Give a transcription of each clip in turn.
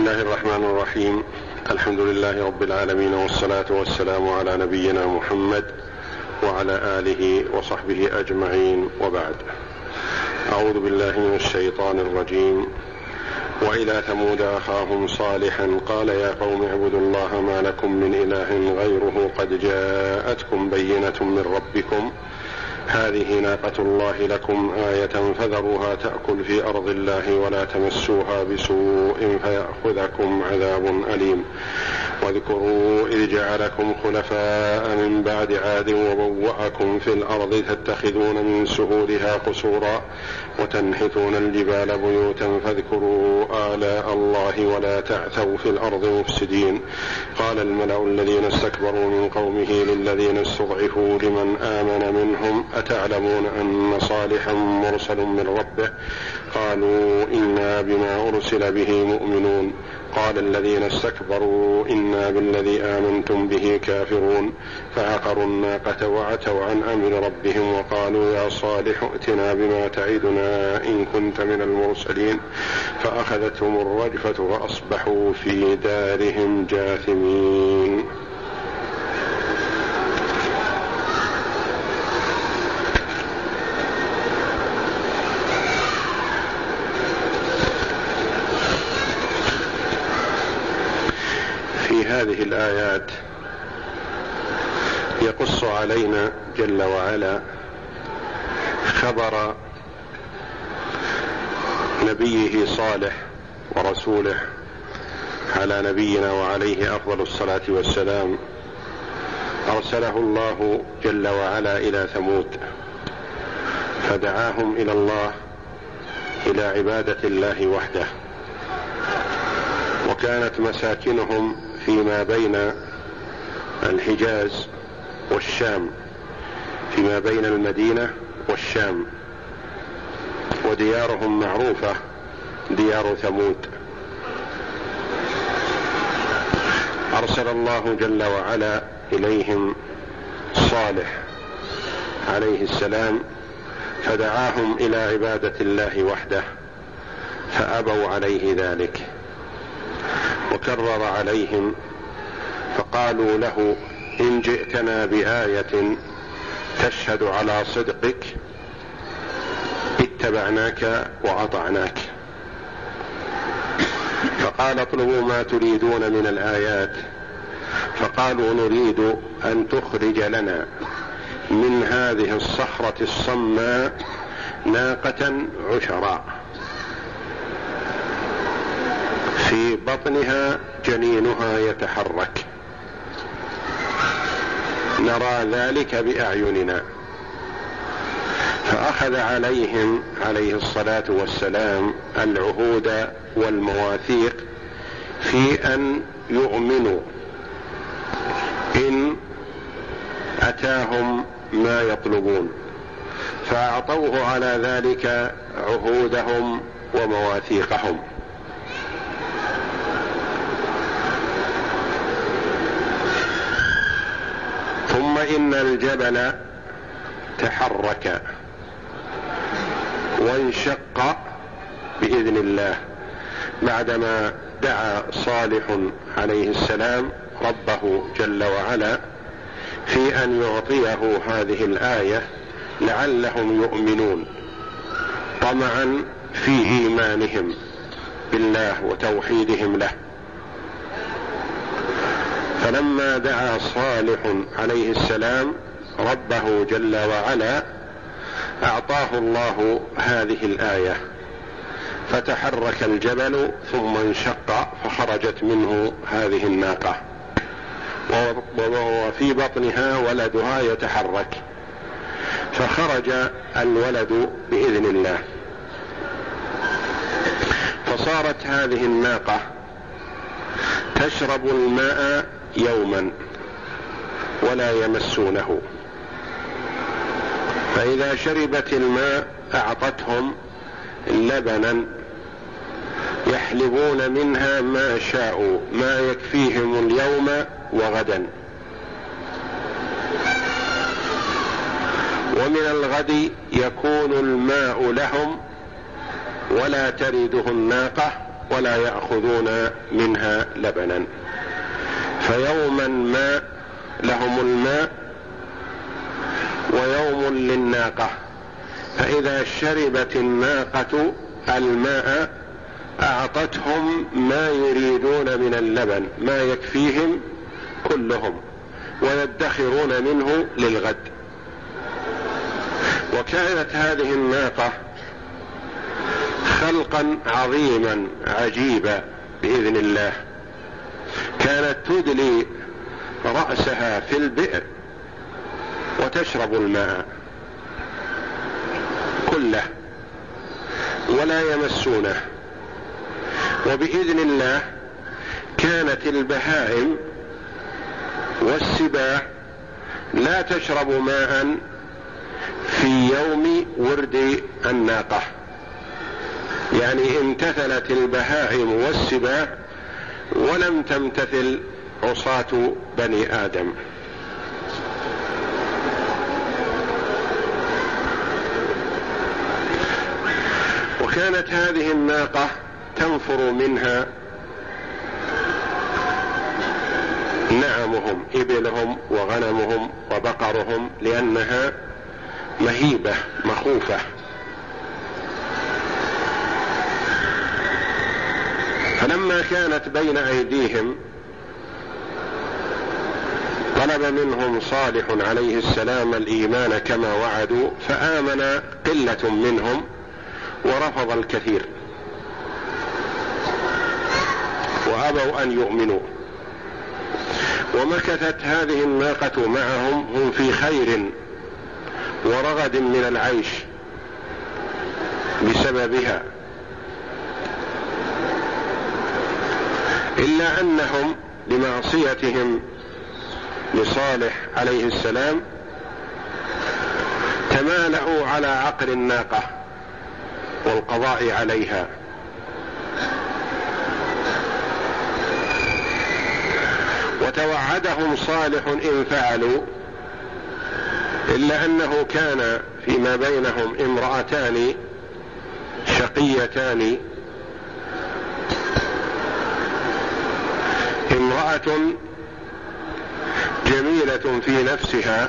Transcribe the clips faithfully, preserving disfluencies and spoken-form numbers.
الله الرحمن الرحيم. الحمد لله رب العالمين، والصلاة والسلام على نبينا محمد وعلى آله وصحبه أجمعين، وبعد. أعوذ بالله من الشيطان الرجيم. وإلى ثمود أخاهم صالحا قال يا قوم اعبدوا الله ما لكم من إله غيره قد جاءتكم بينة من ربكم هذه ناقة الله لكم آية فذروها تأكل في أرض الله ولا تمسوها بسوء فيأخذكم عذاب أليم. واذكروا إذ جعلكم خلفاء من بعد عاد وبوأكم في الأرض تتخذون من سهولها قصورا وتنحتون الجبال بيوتا فاذكروا آلاء الله ولا تعثوا في الأرض مفسدين. قال الملأ الذين استكبروا من قومه للذين استضعفوا لمن آمن منهم أتعلمون أن صالحا مرسل من ربه؟ قالوا إنا بما أرسل به مؤمنون. قال الذين استكبروا إنا بالذي آمنتم به كافرون. فعقروا الناقة وعتوا عن أمر ربهم وقالوا يا صالح ائتنا بما تعدنا إن كنت من المرسلين. فأخذتهم الرجفة فأصبحوا في دارهم جاثمين. في هذه الآيات يقص علينا جل وعلا خبر نبيه صالح ورسوله على نبينا وعليه أفضل الصلاة والسلام. أرسله الله جل وعلا إلى ثمود فدعاهم إلى الله إلى عبادة الله وحده، وكانت مساكنهم فيما بين الحجاز والشام، فيما بين المدينة والشام، وديارهم معروفة ديار ثمود. أرسل الله جل وعلا إليهم صالح عليه السلام فدعاهم إلى عبادة الله وحده فأبوا عليه ذلك، وكرر عليهم فقالوا له إن جئتنا بآية تشهد على صدقك اتبعناك وأطعناك. فقال اطلبوا ما تريدون من الآيات. فقالوا نريد أن تخرج لنا من هذه الصخرة الصماء ناقة عشراء في بطنها جنينها يتحرك نرى ذلك بأعيننا. فأخذ عليهم عليه الصلاة والسلام العهود والمواثيق في أن يؤمنوا إن أتاهم ما يطلبون، فأعطوه على ذلك عهودهم ومواثيقهم. ثم إن الجبل تحرك وانشق بإذن الله بعدما دعا صالح عليه السلام ربه جل وعلا في أن يعطيه هذه الآية لعلهم يؤمنون طمعا في إيمانهم بالله وتوحيدهم له. فلما دعا صالح عليه السلام ربه جل وعلا أعطاه الله هذه الآية، فتحرك الجبل ثم انشق فخرجت منه هذه الناقة، وفي بطنها ولدها يتحرك، فخرج الولد بإذن الله. فصارت هذه الناقة تشرب الماء يوما ولا يمسونه، فإذا شربت الماء أعطتهم لبنا يحلبون منها ما شاءوا ما يكفيهم اليوم وغدا، ومن الغد يكون الماء لهم ولا ترده الناقة ولا يأخذون منها لبنا. فيوما ما لهم الماء ويوم للناقة، فإذا شربت الناقة الماء أعطتهم ما يريدون من اللبن، ما يكفيهم كلهم، ويدخرون منه للغد. وكانت هذه الناقة خلقا عظيما عجيبا بإذن الله، كانت تدلي رأسها في البئر وتشرب الماء كله ولا يمسونه. وبإذن الله كانت البهائم والسباع لا تشرب ماء في يوم ورد الناقة، يعني امتثلت البهائم والسباع ولم تمتثل عصاة بني آدم. وكانت هذه الناقة تنفر منها نعمهم، إبلهم وغنمهم وبقرهم، لأنها مهيبة مخوفة. فلما كانت بين أيديهم طلب منهم صالح عليه السلام الإيمان كما وعدوا، فآمن قلة منهم ورفض الكثير وأبوا أن يؤمنوا. ومكثت هذه الناقة معهم هم في خير ورغد من العيش بسببها، إلا أنهم لمعصيتهم لصالح عليه السلام تمالأوا على عقر الناقة والقضاء عليها، وتوعدهم صالح إن فعلوا، إلا أنه كان فيما بينهم امرأتان شقيتان، امرأة جميلة في نفسها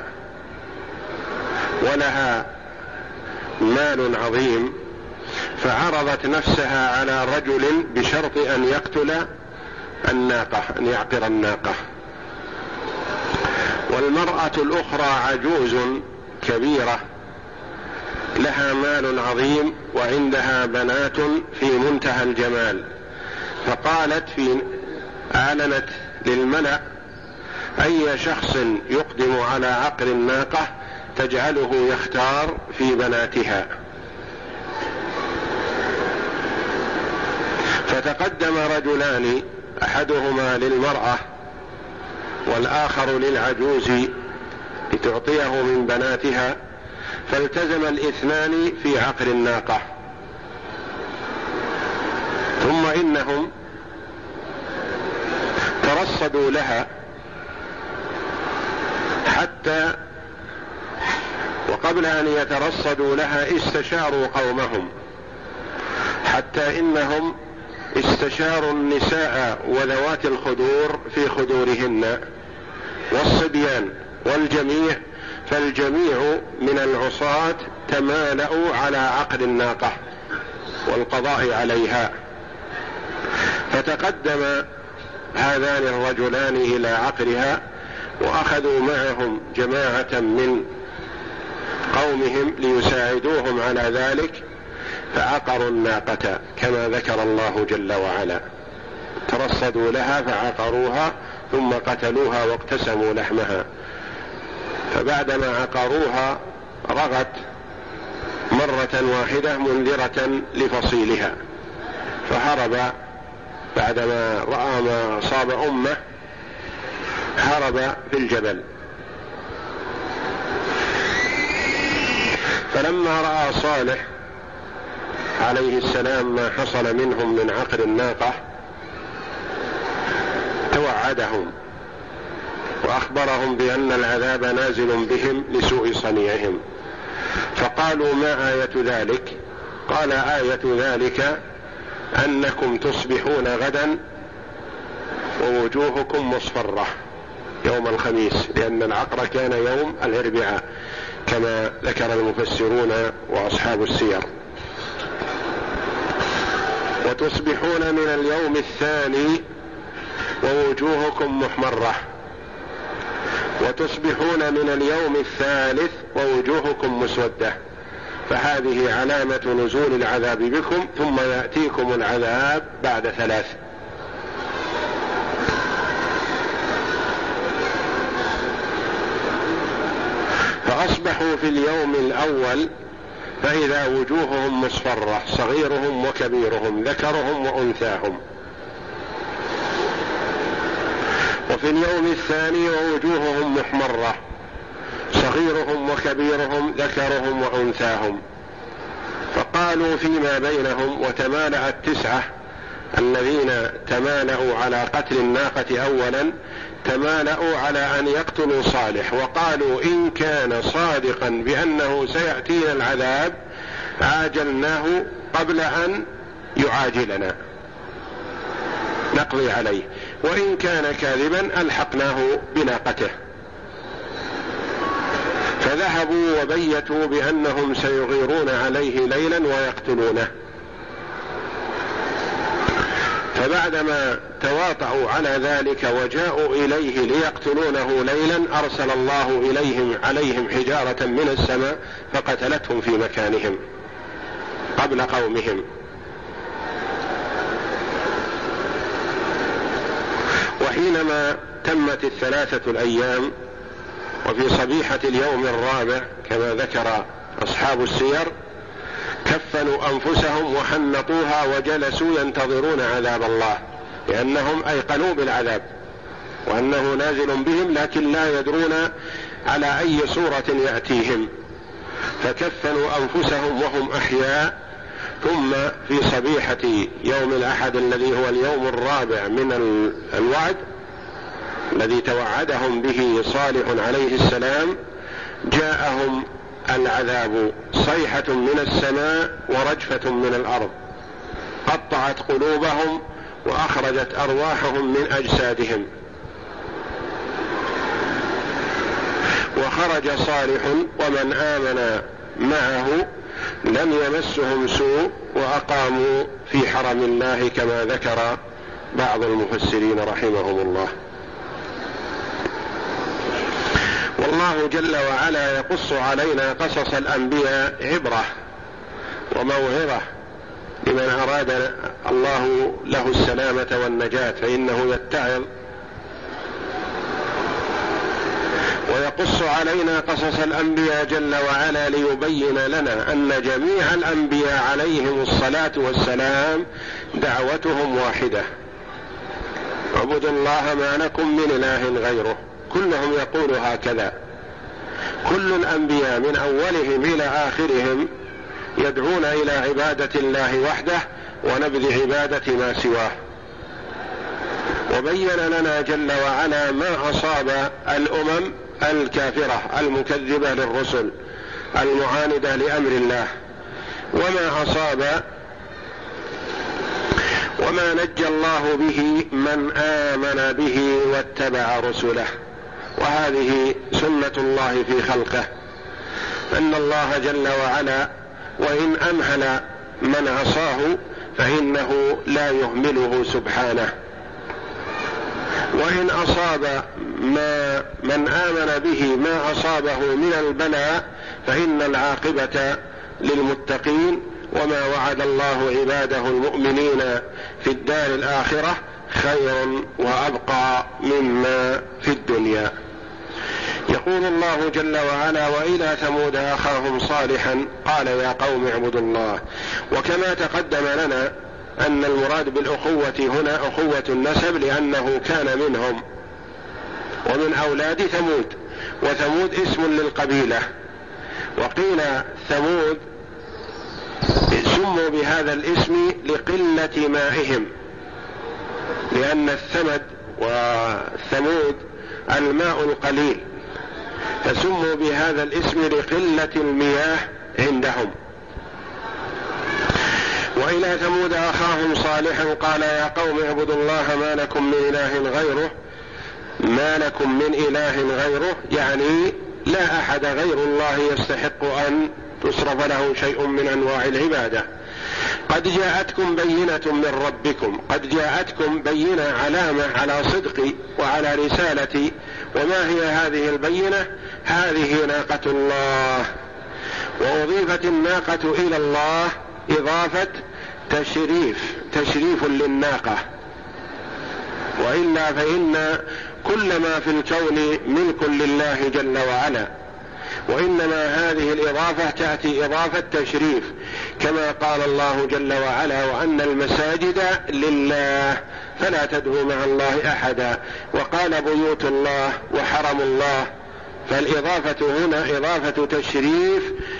ولها مال عظيم، فعرضت نفسها على رجل بشرط أن يقتل الناقة، أن يعقر الناقة. والمرأة الأخرى عجوز كبيرة لها مال عظيم وعندها بنات في منتهى الجمال، فقالت في أعلنت للملأ أي شخص يقدم على عقر الناقة تجعله يختار في بناتها. فتقدم رجلان، أحدهما للمرأة والآخر للعجوز لتعطيه من بناتها، فالتزم الاثنان في عقر الناقة. ثم إنهم ترصدوا لها حتى، وقبل أن يترصدوا لها استشاروا قومهم، حتى إنهم استشاروا النساء وذوات الخدور في خدورهن والصبيان والجميع، فالجميع من العصاة تمالأوا على عقر الناقة والقضاء عليها. فتقدم هذان الرجلان إلى عقرها وأخذوا معهم جماعة من قومهم ليساعدوهم على ذلك، فعقروا الناقة كما ذكر الله جل وعلا، ترصدوا لها فعقروها ثم قتلوها واقتسموا لحمها. فبعدما عقروها رغت مرة واحدة منذرة لفصيلها، فهرب بعدما رأى ما صاب أمه، هرب في الجبل. فلما رأى صالح عليه السلام ما حصل منهم من عقر الناقة توعدهم وأخبرهم بأن العذاب نازل بهم لسوء صنيعهم، فقالوا ما آية ذلك؟ قال آية ذلك أنكم تصبحون غدا ووجوهكم مصفرة يوم الخميس، لأن العقرة كان يوم الأربعاء كما ذكر المفسرون وأصحاب السير. وتصبحون من اليوم الثاني ووجوهكم محمرة، وتصبحون من اليوم الثالث ووجوهكم مسودة، فهذه علامة نزول العذاب بكم، ثم يأتيكم العذاب بعد ثلاث. فأصبحوا في اليوم الأول فإذا وجوههم مصفرة، صغيرهم وكبيرهم، ذكرهم وأنثاهم. وفي اليوم الثاني ووجوههم محمرة، صغيرهم وكبيرهم، ذكرهم وأنثاهم. فقالوا فيما بينهم، وتمالأ التسعة الذين تمالأوا على قتل الناقة أولا تمالأوا على أن يقتلوا صالح، وقالوا إن كان صادقا بأنه سيأتينا العذاب عاجلناه قبل أن يعاجلنا نقضي عليه، وإن كان كاذبا ألحقناه بناقته. فذهبوا وبيتوا بأنهم سيغيرون عليه ليلا ويقتلونه. فبعدما تواطؤوا على ذلك وجاءوا إليه ليقتلونه ليلا أرسل الله إليهم عليهم حجارة من السماء فقتلتهم في مكانهم قبل قومهم. وحينما تمت الثلاثة الأيام وفي صبيحة اليوم الرابع كما ذكر أصحاب السير كفنوا أنفسهم وحنطوها وجلسوا ينتظرون عذاب الله، لأنهم أيقنوا بالعذاب وأنه نازل بهم، لكن لا يدرون على أي صورة يأتيهم. فكفنوا أنفسهم وهم أحياء. ثم في صبيحة يوم الأحد الذي هو اليوم الرابع من الوعد الذي توعدهم به صالح عليه السلام جاءهم العذاب، صيحة من السماء ورجفة من الأرض قطعت قلوبهم وأخرجت أرواحهم من أجسادهم. وخرج صالح ومن آمن معه لم يمسهم سوء وأقاموا في حرم الله كما ذكر بعض المفسرين رحمهم الله. والله جل وعلا يقص علينا قصص الأنبياء عبرة وموعظة لمن أراد الله له السلامة والنجاة، فإنه يتعظ. ويقص علينا قصص الأنبياء جل وعلا ليبين لنا أن جميع الأنبياء عليهم الصلاة والسلام دعوتهم واحدة: اعبدوا الله ما لكم من إله غيره. كلهم يقول هكذا، كل الأنبياء من أولهم إلى آخرهم يدعون إلى عبادة الله وحده ونبذ عبادة ما سواه. وبين لنا جل وعلا ما أصاب الأمم الكافرة المكذبة للرسل المعاندة لأمر الله، وما أصاب وما نجى الله به من آمن به واتبع رسله. وهذه سنة الله في خلقه، أن الله جل وعلا وإن أمهل من عصاه فإنه لا يهمله سبحانه، وإن أصاب ما من آمن به ما أصابه من البلاء فإن العاقبة للمتقين. وما وعد الله عباده المؤمنين في الدار الآخرة خير وأبقى مما في الدنيا. يقول الله جل وعلا: وإلى ثمود أخاهم صالحا قال يا قوم اعبدوا الله. وكما تقدم لنا أن المراد بالأخوة هنا أخوة النسب، لأنه كان منهم ومن أولاد ثمود، وثمود اسم للقبيلة. وقيل ثمود سموا بهذا الاسم لقلة مائهم، لأن الثمد والثمود الماء القليل، فسموا بهذا الاسم لقلة المياه عندهم. وإلى ثمود أخاهم صالحا قال يا قوم اعبدوا الله ما لكم من إله غيره ما لكم من إله غيره، يعني لا أحد غير الله يستحق أن تصرف له شيء من أنواع العبادة. قد جاءتكم بينة من ربكم، قد جاءتكم بينة علامة على صدقي وعلى رسالتي. وما هي هذه البينة؟ هذه ناقة الله، وأضيفت الناقة إلى الله إضافة تشريف، تشريف للناقة، وإلا فإن كل ما في الكون ملك لله جل وعلا، وإنما هذه الإضافة تأتي إضافة تشريف، كما قال الله جل وعلا وأن المساجد لله فلا تدعوا مع الله أحدا، وقال بيوت الله وحرم الله. فالإضافة هنا إضافة تشريف،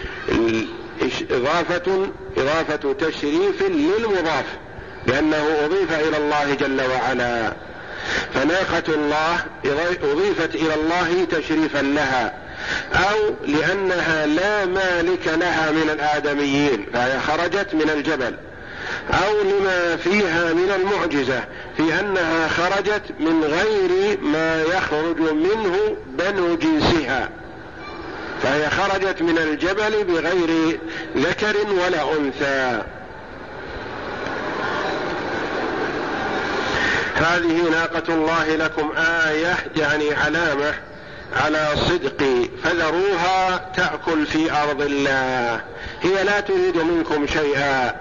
إضافة إضافة تشريف للمضاف، لأنه أضيف إلى الله جل وعلا. فناقة الله أضيفت إلى الله تشريفا لها، أو لأنها لا مالك لها من الآدميين فهي خرجت من الجبل، أو لما فيها من المعجزة في أنها خرجت من غير ما يخرج منه بنو جنسها، فهي خرجت من الجبل بغير ذكر ولا أنثى. هذه ناقة الله لكم آية، يعني علامة على صدقي، فذروها تأكل في أرض الله، هي لا تريد منكم شيئا،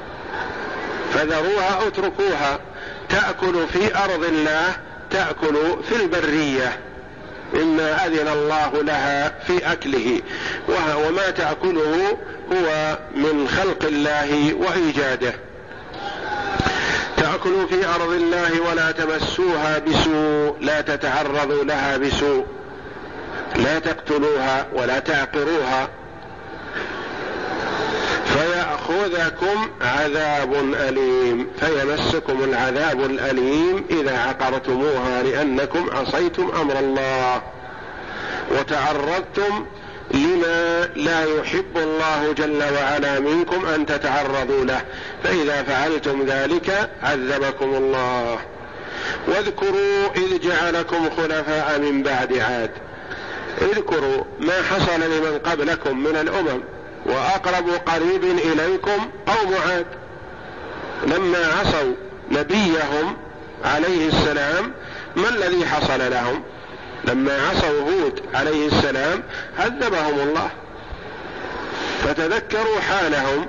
فذروها اتركوها تأكل في أرض الله، تأكل في البرية مما أذن الله لها في أكله، وما تأكله هو من خلق الله وإيجاده. تأكل في أرض الله ولا تمسوها بسوء، لا تتعرضوا لها بسوء، لا تقتلوها ولا تعقروها، فيأخذكم عذاب أليم، فيمسكم العذاب الأليم إذا عقرتموها، لأنكم عصيتم أمر الله وتعرضتم لما لا يحب الله جل وعلا منكم أن تتعرضوا له، فإذا فعلتم ذلك عذبكم الله. واذكروا إذ جعلكم خلفاء من بعد عاد، اذكروا ما حصل لمن قبلكم من الأمم، وأقرب قريب إليكم قوم عاد لما عصوا نبيهم عليه السلام. ما الذي حصل لهم؟ لما عصوا هود عليه السلام عذبهم الله، فتذكروا حالهم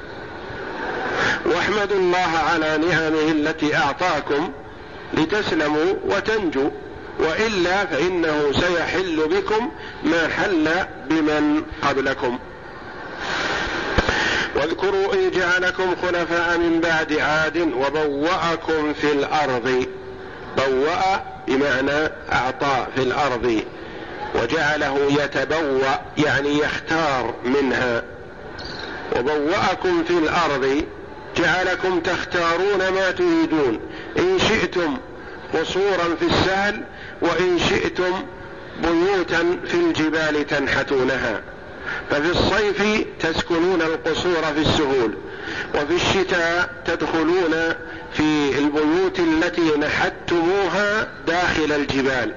واحمدوا الله على نعمه التي أعطاكم لتسلموا وتنجوا، وإلا فإنه سيحل بكم ما حل بمن قبلكم. واذكروا إذ جعلكم خلفاء من بعد عاد وبوأكم في الأرض، بوأ بمعنى أعطى في الأرض، وجعله يتبوأ يعني يختار منها. وبوأكم في الأرض جعلكم تختارون ما تريدون، إن شئتم قصورا في السهل، وإن شئتم بيوتا في الجبال تنحتونها. ففي الصيف تسكنون القصور في السهول، وفي الشتاء تدخلون في البيوت التي نحتموها داخل الجبال.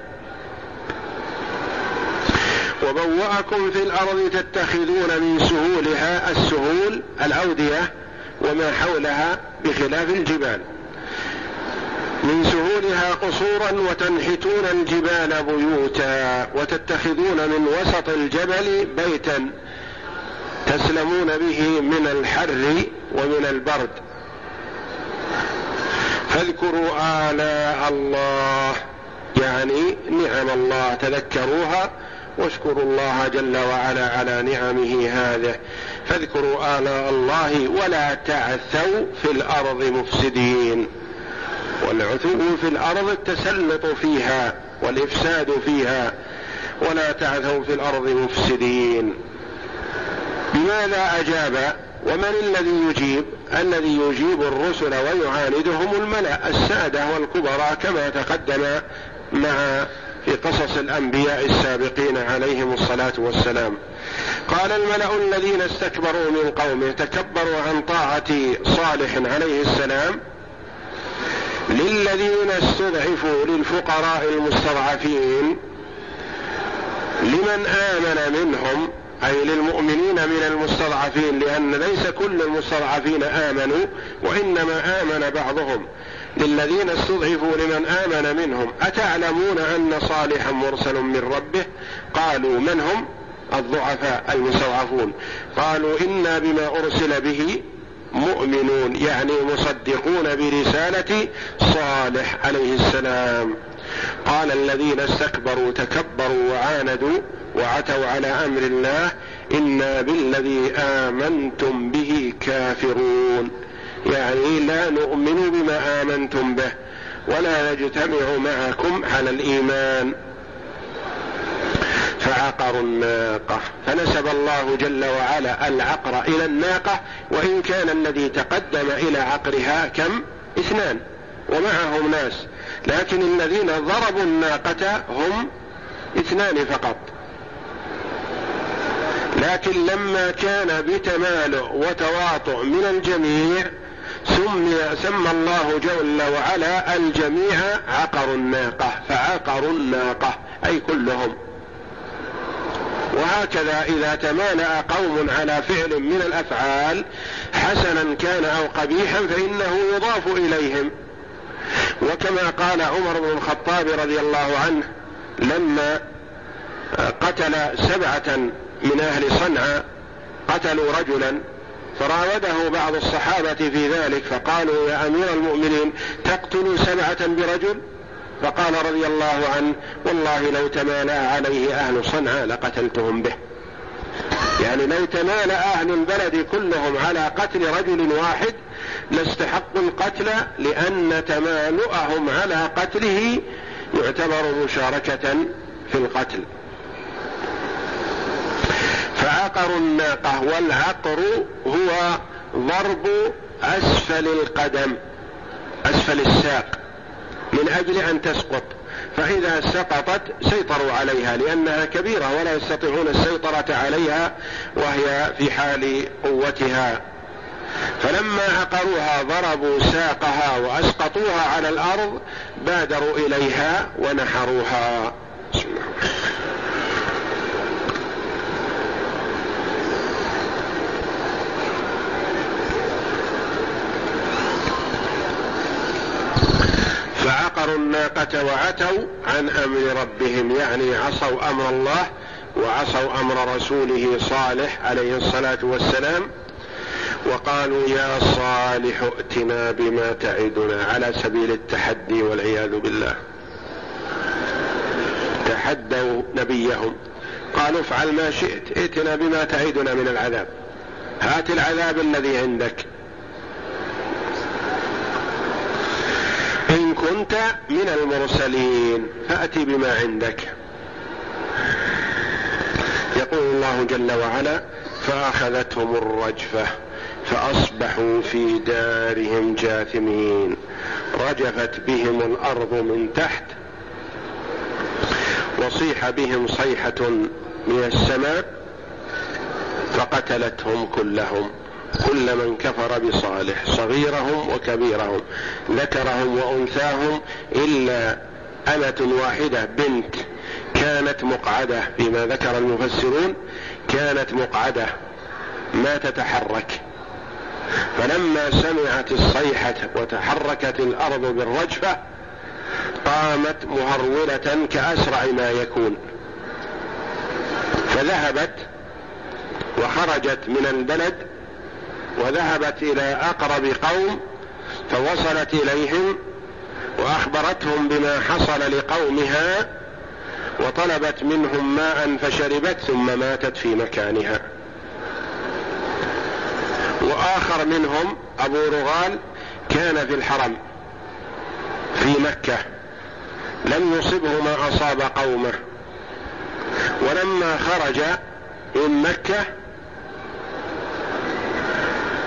وبوأكم في الأرض تتخذون من سهولها، السهول الأودية وما حولها بخلاف الجبال، من سهولها قصورا وتنحتون الجبال بيوتا، وتتخذون من وسط الجبل بيتا تسلمون به من الحر ومن البرد. فاذكروا آلاء الله، يعني نعم الله تذكروها، واشكروا الله جل وعلا على نعمه هذه. فاذكروا آلاء الله ولا تعثوا في الأرض مفسدين. والعثو في الأرض التسلط فيها والإفساد فيها، ولا تعثوا في الأرض مفسدين. بماذا أجاب؟ ومن الذي يجيب؟ الذي يجيب الرسل ويعاندهم الملأ السادة والكبراء، كما تقدم مع في قصص الأنبياء السابقين عليهم الصلاة والسلام. قال الملأ الذين استكبروا من قومه تكبروا عن طاعة صالح عليه السلام للذين استضعفوا للفقراء المستضعفين لمن آمن منهم، أي للمؤمنين من المستضعفين، لأن ليس كل المستضعفين آمنوا وإنما آمن بعضهم. للذين استضعفوا لمن آمن منهم أتعلمون أن صالحا مرسل من ربه؟ قالوا من هم؟ الضعفاء المستضعفون. قالوا إنا بما أرسل به مؤمنون، يعني مصدقون برسالة صالح عليه السلام. قال الذين استكبروا تكبروا وعاندوا وعتوا على أمر الله إنا بالذي آمنتم به كافرون، يعني لا نؤمن بما آمنتم به ولا نجتمع معكم على الإيمان. فعقروا الناقة، فنسب الله جل وعلا العقر إلى الناقة، وإن كان الذي تقدم إلى عقرها كم؟ اثنان ومعهم ناس، لكن الذين ضربوا الناقة هم اثنان فقط. لكن لما كان بتمالؤ وتواطؤ من الجميع سمي سمى الله جل وعلا الجميع عقروا الناقة، فعقروا الناقة أي كلهم. وهكذا إذا تمالأ قوم على فعل من الأفعال حسنا كان أو قبيحا فإنه يضاف إليهم. وكما قال عمر بن الخطاب رضي الله عنه لما قتل سبعة من أهل صنعاء، قتلوا رجلا، فراوده بعض الصحابة في ذلك فقالوا يا أمير المؤمنين تقتل سبعة برجل؟ فقال رضي الله عنه والله لو تمالأ عليه أهل صنعاء لقتلتهم به. يعني لو تمالأ أهل البلد كلهم على قتل رجل واحد لاستحقوا القتل، لأن تمالؤهم على قتله يعتبر مشاركة في القتل. فعقروا الناقة، والعقر هو ضرب أسفل القدم أسفل الساق من أجل أن تسقط، فإذا سقطت سيطروا عليها لأنها كبيرة ولا يستطيعون السيطرة عليها وهي في حال قوتها. فلما عقروها ضربوا ساقها وأسقطوها على الأرض بادروا إليها ونحروها. بسم الله. فعقروا الناقة وعتوا عن أمر ربهم، يعني عصوا أمر الله وعصوا أمر رسوله صالح عليه الصلاة والسلام، وقالوا يا صالح ائتنا بما تعدنا، على سبيل التحدي والعياذ بالله. تحدوا نبيهم قالوا افعل ما شئت، ائتنا بما تعدنا من العذاب، هات العذاب الذي عندك إن كنت من المرسلين، فأتي بما عندك. يقول الله جل وعلا فأخذتهم الرجفة فأصبحوا في دارهم جاثمين، رجفت بهم الأرض من تحت وصيح بهم صيحة من السماء فقتلتهم كلهم، كل من كفر بصالح، صغيرهم وكبيرهم، ذكرهم وأنثاهم، إلا أمة واحدة بنت كانت مقعدة، فيما ذكر المفسرون كانت مقعدة ما تتحرك، فلما سمعت الصيحة وتحركت الأرض بالرجفة قامت مهرولة كأسرع ما يكون، فذهبت وخرجت من البلد وذهبت إلى أقرب قوم فوصلت إليهم وأخبرتهم بما حصل لقومها وطلبت منهم ماء فشربت ثم ماتت في مكانها. وآخر منهم أبو رغال كان في الحرم في مكة لم يصبه ما أصاب قومه، ولما خرج من مكة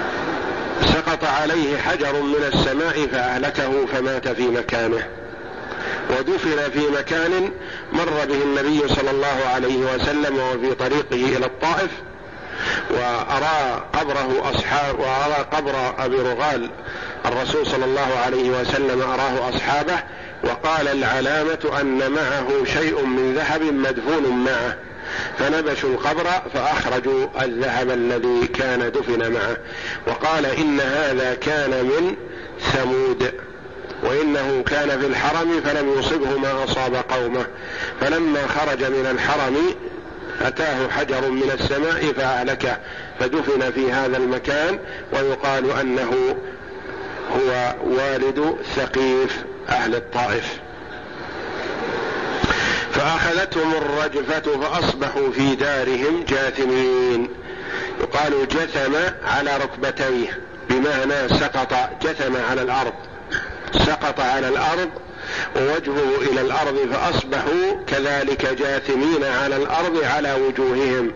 سقط عليه حجر من السماء فأهلكه فمات في مكانه. ودفن في مكان مر به النبي صلى الله عليه وسلم وفي طريقه إلى الطائف، وأرى قبره أصحاب وأرى قبر أبي رغال الرسول صلى الله عليه وسلم أراه أصحابه، وقال العلامة أن معه شيء من ذهب مدفون معه، فنبشوا القبر فأخرجوا الذهب الذي كان دفن معه، وقال إن هذا كان من ثمود، وإنه كان في الحرم فلم يصبه ما أصاب قومه، فلما خرج من الحرم أتاه حجر من السماء فأهلكه، فدفن في هذا المكان، ويقال أنه هو والد ثقيف أهل الطائف. فأخذتهم الرجفة فأصبحوا في دارهم جاثمين. يقال جثم على ركبتيه، بمعنى سقط، جثم على الأرض، سقط على الأرض ووجهه إلى الأرض، فأصبحوا كذلك جاثمين على الأرض على وجوههم.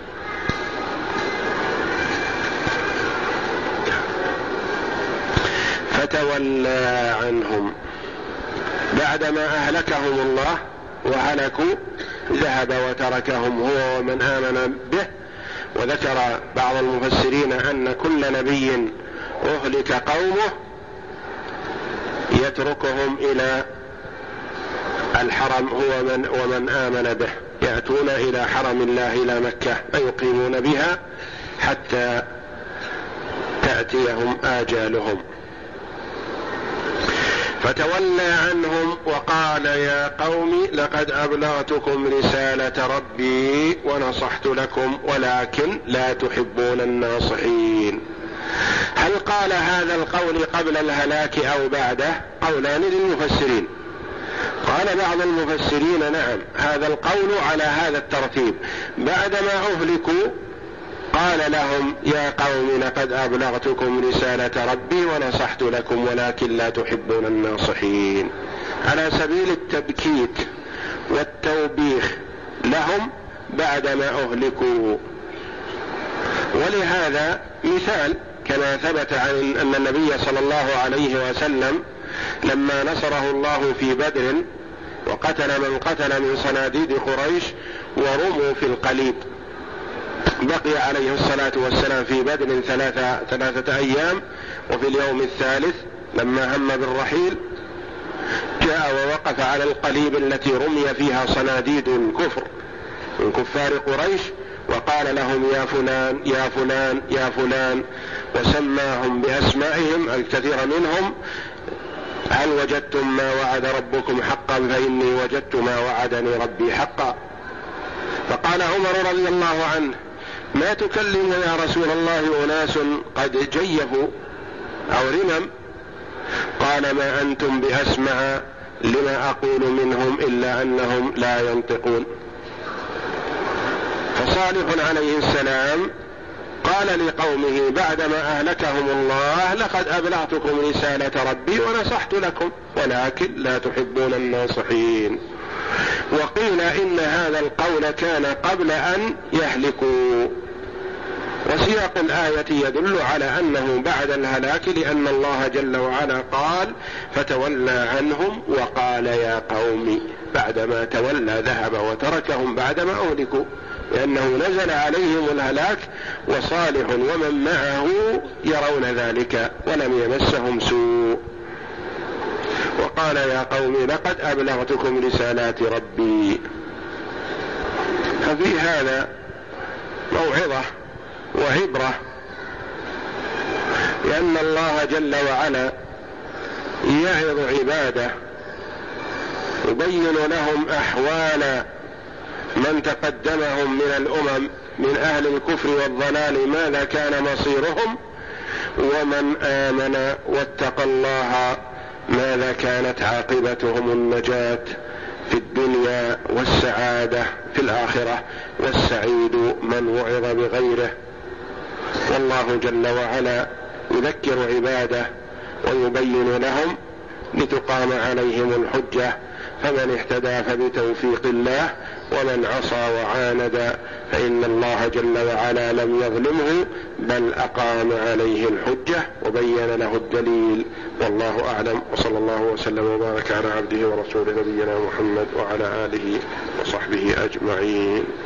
فتولى عنهم بعدما أهلكهم الله وهلكوا، ذهب وتركهم هو ومن آمن به. وذكر بعض المفسرين أن كل نبي أهلك قومه يتركهم إلى الحرم هو من ومن آمن به، يأتون إلى حرم الله إلى مكة فيقيمون بها حتى تأتيهم آجالهم. فتولى عنهم وقال يا قوم لقد أبلغتكم رسالة ربي ونصحت لكم ولكن لا تحبون الناصحين. هل قال هذا القول قبل الهلاك أو بعده؟ قولان للمفسرين. قال بعض المفسرين نعم، هذا القول على هذا الترتيب، بعدما أهلكوا قال لهم يا قوم لقد أبلغتكم رسالة ربي ونصحت لكم ولكن لا تحبون الناصحين، على سبيل التبكيت والتوبيخ لهم بعدما أهلكوا. ولهذا مثال كما ثبت عن أن النبي صلى الله عليه وسلم لما نصره الله في بدر وقتل من قتل من صناديد قريش ورموا في القليب، بقي عليه الصلاة والسلام في بدر ثلاثة, ثلاثة أيام، وفي اليوم الثالث لما هم بالرحيل جاء ووقف على القليب التي رمي فيها صناديد الكفر من كفار قريش، وقال لهم يا فلان يا فلان يا فلان، وسماهم بأسمائهم الكثير منهم، هل وجدتم ما وعد ربكم حقا فإني وجدت ما وعدني ربي حقا. فقال عمر رضي الله عنه ما تكلم يا رسول الله أناس قد جيفوا أو رمم؟ قال ما أنتم بأسمع لما أقول منهم إلا أنهم لا ينطقون. فصالح عليه السلام قال لقومه بعدما أهلكهم الله لقد أبلغتكم رسالة ربي ونصحت لكم ولكن لا تحبون الناصحين. وقيل إن هذا القول كان قبل أن يهلكوا، وسياق الآية يدل على أنه بعد الهلاك، لأن الله جل وعلا قال فتولى عنهم وقال يا قوم، بعدما تولى ذهب وتركهم بعدما أهلكوا، لأنه نزل عليهم الهلاك وصالح ومن معه يرون ذلك ولم يمسهم سوء. وقال يا قوم لقد أبلغتكم رسالات ربي. ففي هذا موعظة وعبرة، لأن الله جل وعلا يعظ عباده، يبين لهم أحوال من تقدمهم من الأمم من أهل الكفر والضلال ماذا كان مصيرهم، ومن آمن واتقى الله ماذا كانت عاقبتهم النجاة في الدنيا والسعادة في الآخرة، والسعيد من وعظ بغيره. والله جل وعلا يذكر عباده ويبين لهم لتقام عليهم الحجة، فمن اهتدى فبتوفيق الله، ومن عصى وعاند فإن الله جل وعلا لم يظلمه بل أقام عليه الحجة وبين له الدليل. والله أعلم، وصلى الله وسلم وبارك على عبده ورسوله نبينا محمد وعلى آله وصحبه أجمعين.